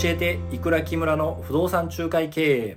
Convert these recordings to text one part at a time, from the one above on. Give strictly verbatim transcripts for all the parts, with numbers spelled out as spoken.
えていくら木村の不動産仲介経営。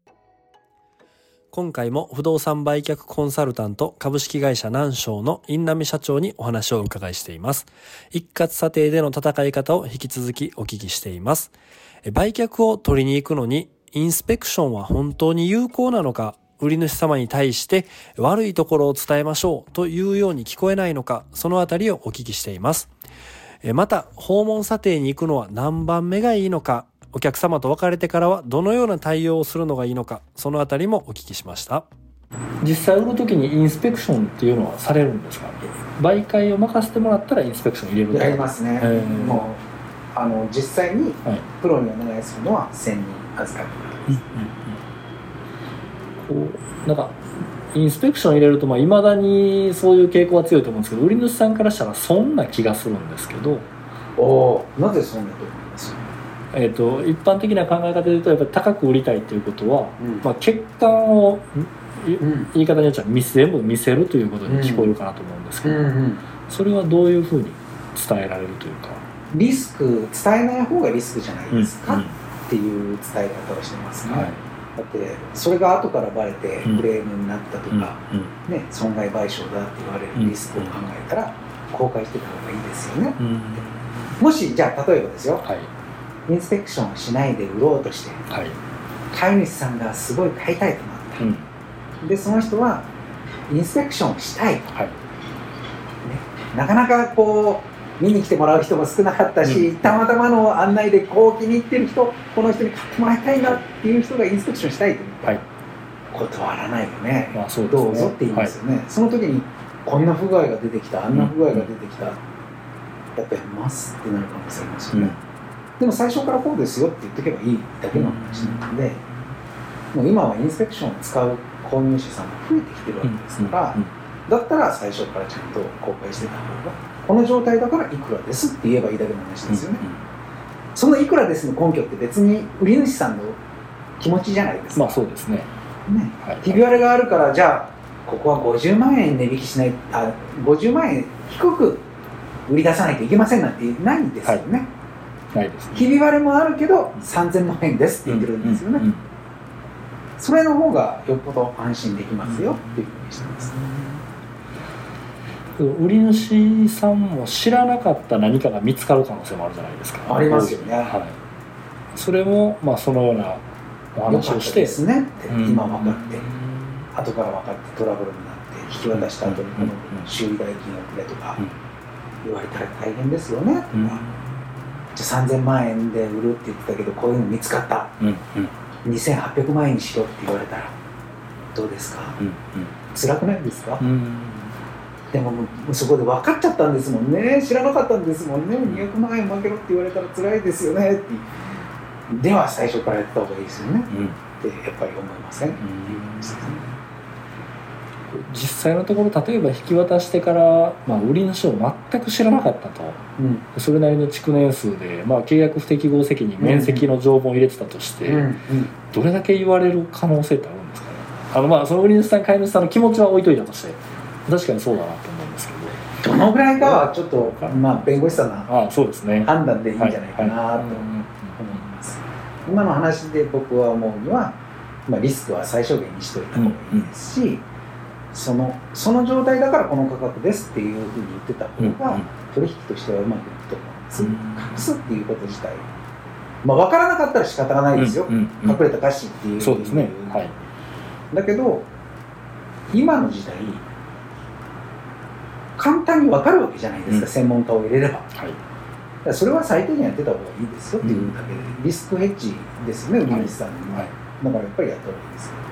今回も不動産売却コンサルタント株式会社南商の印南社長にお話をお伺いしています。一括査定での戦い方を引き続きお聞きしています。売却を取りに行くのにインスペクションは本当に有効なのか、売り主様に対して悪いところを伝えましょうというように聞こえないのか、そのあたりをお聞きしています。また訪問査定に行くのは何番目がいいのか、お客様と別れてからはどのような対応をするのがいいのか、そのあたりもお聞きしました。実際売るときにインスペクションっていうのはされるんですか？媒介を任せてもらったらインスペクション入れるんですか？ やりますね、えー、もうあの実際にプロにお願いするのはせんにん預かってます、 うんうんうん、こうなんかインスペクション入れるといまだにそういう傾向は強いと思うんですけど、売り主さんからしたらそんな気がするんですけど。 おなぜそんなと思います？ えー、と一般的な考え方でいうとやっぱり高く売りたいということは、うんまあ、欠陥を、うん、言い方によっては全部見せるということに聞こえるかなと思うんですけど、うんうん、それはどういうふうに伝えられるというか。 リスク伝えない方がリスクじゃないですか、うんうん、っていう伝え方をしてますね、はい、だってそれが後からバレてクレームになったとか、うんうんね、損害賠償だって言われるリスクを考えたら公開してた方がいいですよね、うん、もしじゃあ例えばですよ、はいインスペクションをしないで売ろうとして、はい、飼い主さんがすごい飼いたいと思った、うん、でその人はインスペクションをしたい、はいね、なかなかこう見に来てもらう人も少なかったし、うん、たまたまの案内でこう気に入ってる人、この人に買ってもらいたいなっていう人がインスペクションしたいと思ったら、はい、断らないよね、まあそうですね、どうぞって言いますよね、はい、その時にこんな不具合が出てきた、あんな不具合が出てきた、うん、やっぱりますってなる可能性ありますよね、うんでも最初からこうですよって言っておけばいいだけの話なので、もう今はインスペクションを使う購入者さんが増えてきてるわけですから、だったら最初からちゃんと公開してた方が、この状態だからいくらですって言えばいいだけの話ですよね。そのいくらですの根拠って別に売り主さんの気持ちじゃないですか。 まあそうですね。 ね、はい、ひび割れがあるからじゃあここはごじゅうまんえん値引きしない、あごじゅうまんえん低く売り出さないといけませんなんてないんですよね。はいないですね、ひび割れもあるけどさんぜんまんえんですって言ってるんですよね、うんうんうん、それの方がよっぽど安心できますよっていうふうにしてます、 うん、売り主さんも知らなかった何かが見つかる可能性もあるじゃないですか。 ありますよね、はい、 それもまあそのようなお話をしてですねって、うん、今分かって、うん、後から分かってトラブルになって引き渡した後にこの修理代金をくれとか言われたら大変ですよねとか、うんじゃさんぜんまんえんで売るって言ってたけどこういうの見つかった、うんうん、にせんはっぴゃくまんえんにしろって言われたらどうですか、うんうん、辛くないですか、うん、でももうそこで分かっちゃったんですもんね、知らなかったんですもんね、にひゃくまんえん負けろって言われたら辛いですよねってでは最初からやった方がいいですよね、うん、ってやっぱり思いません、うん、っていう感じですね。 実際のところ例えば引き渡してから、まあ、売り主を全く知らなかったと、うん、それなりの築年数で、まあ、契約不適合責任免責の条文を入れてたとして、うんうん、どれだけ言われる可能性ってあるんですかね。あのまあその売り主さん飼い主さんの気持ちは置いといたとして確かにそうだなと思うんですけど、どのぐらいかはちょっと、まあ、弁護士さんの判断でいいんじゃないかなと思います。今の話で僕は思うには、まあ、リスクは最小限にしといた方がいいですし、うんうんその、その状態だからこの価格ですっていうふうに言ってた方が取引としてはうまくいくと思うんです、うん、隠すっていうこと自体、まあ、分からなかったら仕方がないですよ、うんうんうん、隠れた価値っていう、 そうですね、はい、 だけど今の時代簡単に分かるわけじゃないですか、うん、専門家を入れれば、はい、だからそれは最低限やってた方がいいですよっていうだけで、うん、リスクヘッジですよね売り主さんには、はい、だからやっぱりやった方がいいですよ。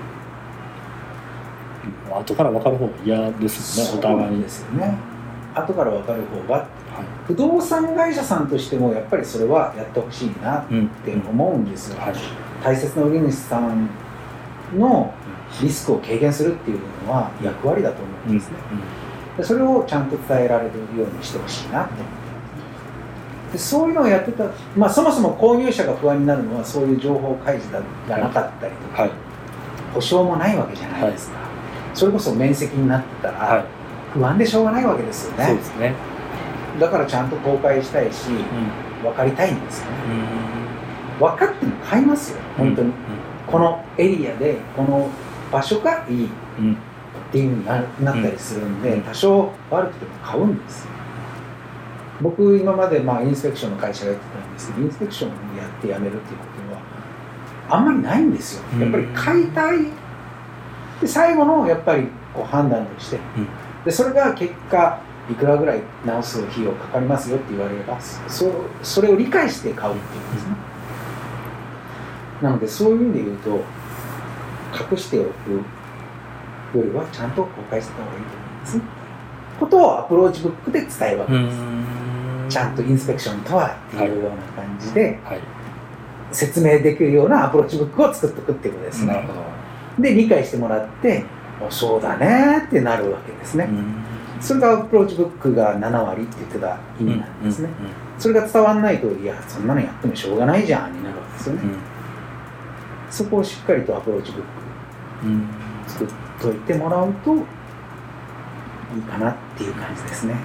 後から分かる方が嫌ですよね、お互いにですよね。後から分かる方が、はい、不動産会社さんとしてもやっぱりそれはやってほしいなって思うんですよ、うんはい、大切な売り主さんのリスクを軽減するっていうのは役割だと思うんですね、うんうん、でそれをちゃんと伝えられるようにしてほしいなって思ってます。でそういうのをやってた、まあ、そもそも購入者が不安になるのはそういう情報開示がなかったりとか、はい、保証もないわけじゃないですか、はいそれこそ面積になったら不安でしょうがないわけですよね、 そうですね。 だからちゃんと公開したいし、うん、分かりたいんですよね、 分かっても買いますよ本当に、うんうん、このエリアでこの場所がいいっていう風に な, なったりするんで、うん、多少悪くても買うんですよ。僕今までまあインスペクションの会社がやってたんですけど、インスペクションをやって辞めるっていうことはあんまりないんですよ。やっぱり買いたいで最後のやっぱりこう判断として、うん、でそれが結果いくらぐらい直す費用かかりますよって言われれば そ, それを理解して買うっていうんですね、うん、なのでそういう意味で言うと隠しておくよりはちゃんと公開した方がいいと思いますことをアプローチブックで伝えるわけです。ちゃんとインスペクションとはっていうような感じで、はいはい、説明できるようなアプローチブックを作っておくっていうことですね。なるほど。で理解してもらってそうだねってなるわけですね。それがアプローチブックがななわりって言ってた意味なんですね、うんうんうん、それが伝わらないといやそんなのやってもしょうがないじゃんになるわけですよね、うん、そこをしっかりとアプローチブック作っといてもらうといいかなっていう感じですね。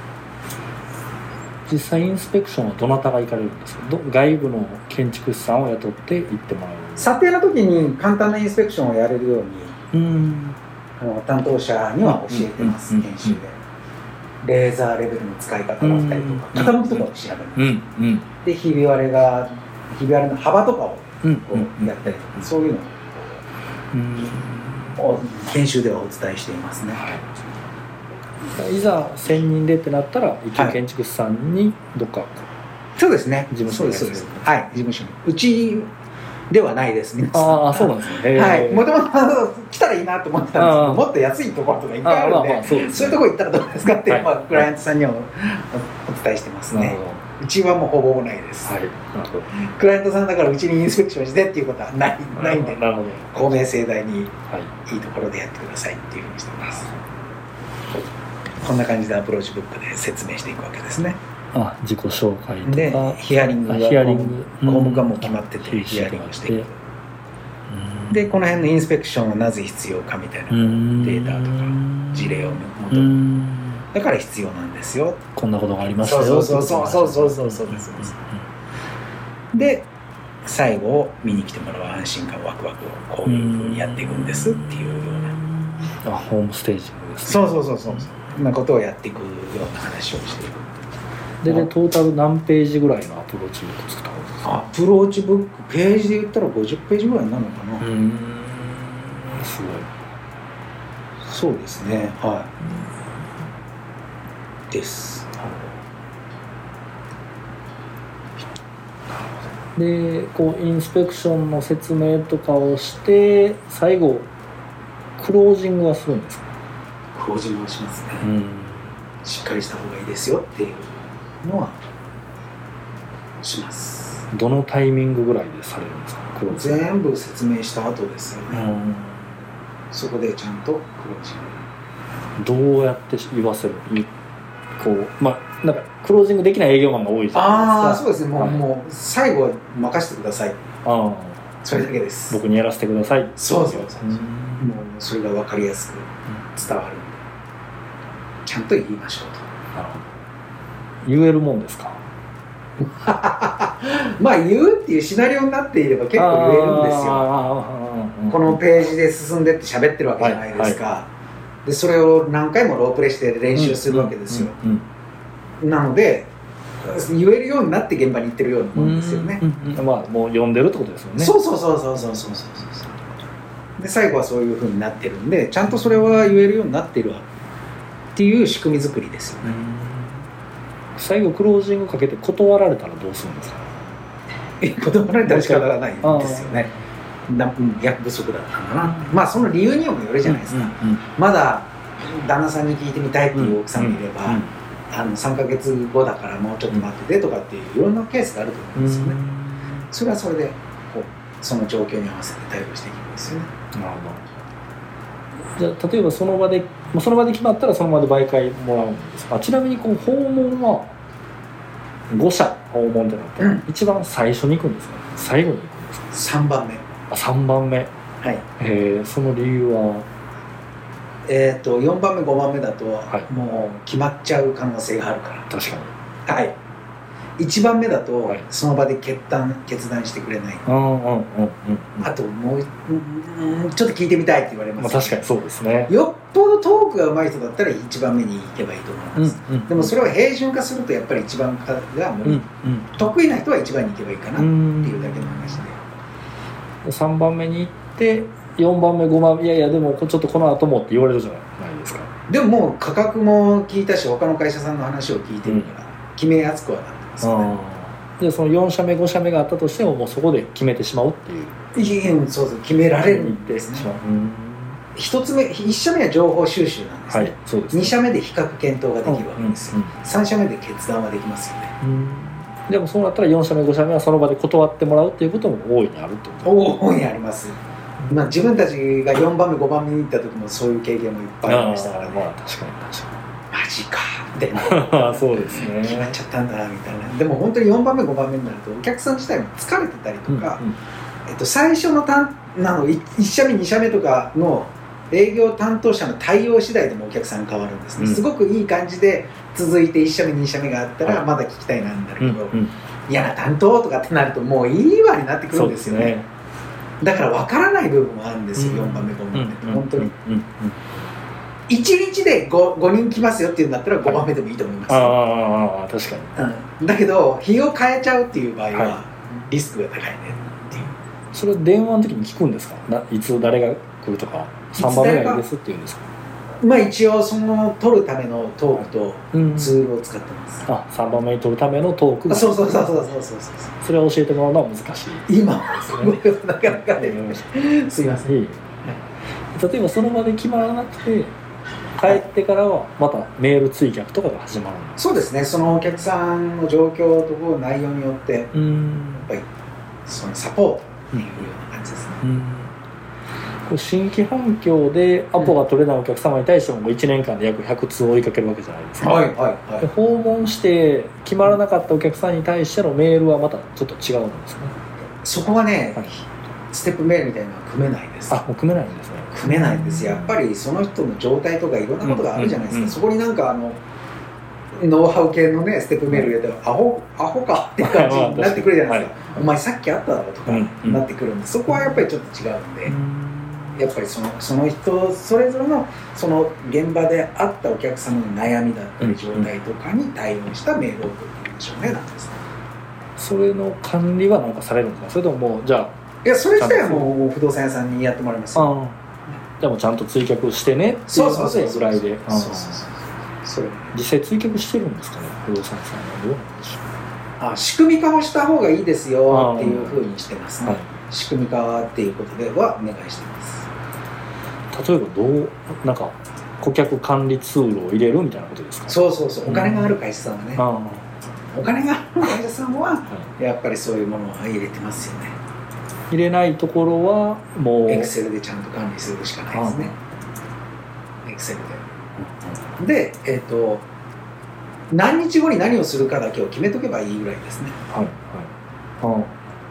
実際インスペクションはどなたが行かれるんですか？ど外部の建築士さんを雇って行ってもらう？ 査定の時に簡単なインスペクションをやれるように、うんあの担当者には教えてます、研修で。レーザーレベルの使い方だったりとか、傾きとかを調べます。で、ひび割れが、ひび割れの幅とかをこうやったりとか、そういうのを研修ではお伝えしていますね。 いざ専任でってなったら、一応建築士さんにどっか、はい、 そうですね。 事務所にそうです。はい、事務所に。うちではないです皆さん。 ああそうなんですね。 はい。もともと来たらいいなと思ってたんですけど、もっと安いところとかいっぱいあるんで、まあまあ そうですね、そういうところ行ったらどうですかって、はいまあ、クライアントさんには お, お伝えしてますね。うちはもうほぼほぼないです。はい。クライアントさんだからうちにインスペクションしてっていうことはないないんで、なるほど公明正大にいいところでやってくださいっていうふうにしてます。こんな感じでアプローチブックで説明していくわけですね。 あ自己紹介とかでヒアリングがヒアリング項目がもう決まってて、うん、ヒアリングしていく、うん、でこの辺のインスペクションはなぜ必要かみたいなデータとか事例を元にだから必要なんですよこんなことがありましたよそうそうそうそうそうそうそうです、うん、で最後見に来てもらう安心感ワクワクをこういう風にやっていくんですっていうようなあホームステージングですねそうそうそうそうそんなことをやっていくような話をしていくで, でトータル何ページぐらいのアプローチブック作ったんですか？ アプローチブックページで言ったらごじゅっページぐらいになるのかな。うーんすごい。 そうですねはい、です。 でこうインスペクションの説明とかをして最後クロージングはするんですか？ クロージングはしますね。うんしっかりした方がいいですよっていうのはします。 どのタイミングぐらいでされるんですか？ 全部説明した後ですよね、うん、そこでちゃんとクロージングどうやって言わせるこうまあなんかクロージングできない営業マンが多いじゃないですか。 ああそうですねもう、はい、もう最後は任せてくださいあそれだけです。 僕にやらせてくださいそうそうそう、うん、もうそれが分かりやすく伝わる、うん、ちゃんと言いましょうと。なるほど言えるもんですか？ まあ言うっていうシナリオになっていれば結構言えるんですよ。このページで進んでって喋ってるわけじゃないですか、はいはい、でそれを何回もロープレイして練習するわけですよ、うんうんうん、なので言えるようになって現場に行ってるようなもんですよね、うんうんうん、まあもう読んでるってことですよね。 そうそうそうそうそうそうそうそうで最後はそういう風になってるんでちゃんとそれは言えるようになってるわっていう仕組み作りですよね。 最後クロージングかけて断られたらどうするんですか？ 断られたら仕方がないんですよね。役不足だったんだなって、まあその理由にもよるじゃないですか、うんうんうん、まだ旦那さんに聞いてみたいっていう奥さんもいれば、うんうん、あのさんかげつごだからもうちょっと待っててとかっていういろんなケースがあると思うんですよね、うん、それはそれでこうその状況に合わせて対応していくんですよね。なるほど。じゃあ例えばその場でその場で決まったらその場で媒介もらうんですか？ちなみにこう訪問はご社訪問ってなったら、うん、一番最初に行くんですか？最後に行くんですか？ さんばんめ。 あさんばんめ。はい。えー、その理由はえっとよんばんめごばんめだと、はい、もう決まっちゃう可能性があるから。 確かに。 はい。 いちばんめだと、 はい、 その場で決断決断してくれない、 うんうんうんうん、 あともう、うん、ちょっと聞いてみたいって言われます、 まあ、確かにそうですね。 よっぽどトークが上手い人だったらいちばんめに行けばいいと思います、うんうん、でもそれを平準化するとやっぱりいちばんが無理、うんうん、得意な人はいちばんに行けばいいかなっていうだけの話で、 さんばんめに行ってよんばんめごばんめいやいやでもちょっとこの後もって言われるじゃないですか。 でももう価格も聞いたし他の会社さんの話を聞いてるから、うん、決めやすくはなってますよね。 でそのよん社目ご社目があったとしてももうそこで決めてしまうっていういやそうそう決められるんですね。ひとつめいち社目は情報収集なんですね、はい、そうですね。に社目で比較検討ができるわけですよ、うんうんうん、さん社目で決断はできますよね。うんでもそうなったらよん社目ご社目はその場で断ってもらうっていうことも大いにあるってことですか。 大いにあります、まあ、自分たちがよんばんめごばんめに行った時もそういう経験もいっぱいありましたからね。 まあ確かに確かにマジかってそうですね決まっちゃったんだなみたいな。でも本当によんばんめごばんめになるとお客さん自体も疲れてたりとか、うんうんえっと、最初のたんなのいち社目に社目とかの営業担当者の対応次第でもお客さん変わるんですね、うん、すごくいい感じで続いていち社目に社目があったらまだ聞きたいなんだけど、うんうん、嫌な担当とかってなるともういいわになってくるんですよね。だから分からない部分もあるんですよ、うん、よんばんめごばんめって本当に、うんうんうんいちにちで 5, ごにん来ますよっていうんだったらごばんめでもいいと思います、はい、 ああ確かに、 うん、だけど日を変えちゃうっていう場合はリスクが高いねっていう、 それ電話の時に聞くんですか。ないつ誰が来るとかさんばんめがいいですっていうんですか。 まあ一応その取るためのトークとツールを使ってます、 うん、あさんばんめに取るためのトークがそうそうそうそうそうそうそうそれを教えてもらうのは難しい今はなかなかねすいません、例えばその場で決まらなくて帰ってからはまたメール追加とかが始まるんです。 そうですね。そのお客さんの状況とこう内容によってやっぱりそのサポートっていうような感じですね。うん、 これ新規反響でアポが取れないお客様に対してもいちねんかんで約ひゃくつ追いかけるわけじゃないですか。 はいはいはい、 で訪問して決まらなかったお客さんに対してのメールはまたちょっと違うんですね。 そこはね、はい、ステップメールみたいなのは組めないです。 あ、もう組めないんですね。 組めないんです。やっぱりその人の状態とかいろんなことがあるじゃないですか、うんうんうん、そこになんかあのノウハウ系のねステップメール入れて、うん、アホアホかっていう感じになってくるじゃないですか、はい、お前さっき会っただろとかなってくるんで、そこはやっぱりちょっと違うんで、うん、やっぱりその、その人それぞれのその現場で会ったお客様の悩みだったり状態とかに対応したメールを送っているんでしょうね。なんですね。 それの管理は何かされるんですか。それとももうじゃあいやそれ自体はもう不動産屋さんにやってもらいますよ。 じゃあもうちゃんと追脚してねっていうのでぐらいで、実際追脚してるんですかね、不動産屋さんは。どうなんでしょう。 あ、仕組み化をした方がいいですよっていうふうにしてますね、はい、仕組み化っていうことではお願いしてます。 例えばどうなんか顧客管理ツールを入れるみたいなことですか。 そうそうそう、お金がある会社さんはね、うん、お金がある会社さんはやっぱりそういうものを入れてますよね。 入れないところはもうエクセルでちゃんと管理するしかないですね。エクセルで、で、えっと何日後に何をするかだけを決めとけばいいぐらいですね。はいはい。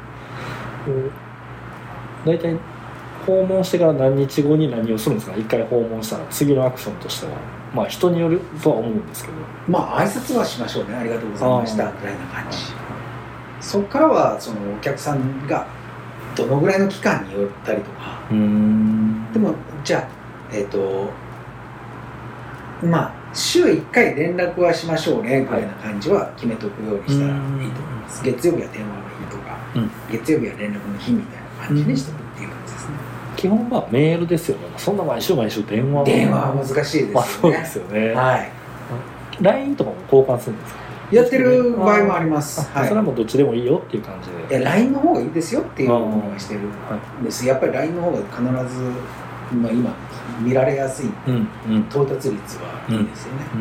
あ、だいたい訪問してから何日後に何をするんですか。一回訪問したら次のアクションとしては、まあ人によるとは思うんですけど、まあ挨拶はしましょうね、ありがとうございましたぐらいな感じ。そこからはそのお客さんがどのぐらいの期間によったりとか、うーん、でもじゃあえっとまあ週いっかい連絡はしましょうねぐらいな感じは決めておくようにしたらいいと思います。月曜日は電話の日とか、うん、月曜日は連絡の日みたいな感じにしておくっていう感じですね。 基本はメールですよね。そんな毎週毎週電話電話は難しいですよね。 まあ、そうですよね。 はい。 ライン とかも交換するんですか。 やってる場合もあります。 はい、それはもうどっちでもいいよっていう感じで。 いや ライン の方がいいですよっていうお願いしてるんです。やっぱり ライン の方が必ず、まあ、今見られやすい、うんうん、到達率はいいですよね、うん、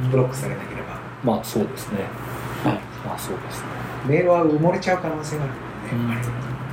ブロックされなければ。 まあそうですね。はい。まあそうですね。 メールは埋もれちゃう可能性があるので、ね、うん、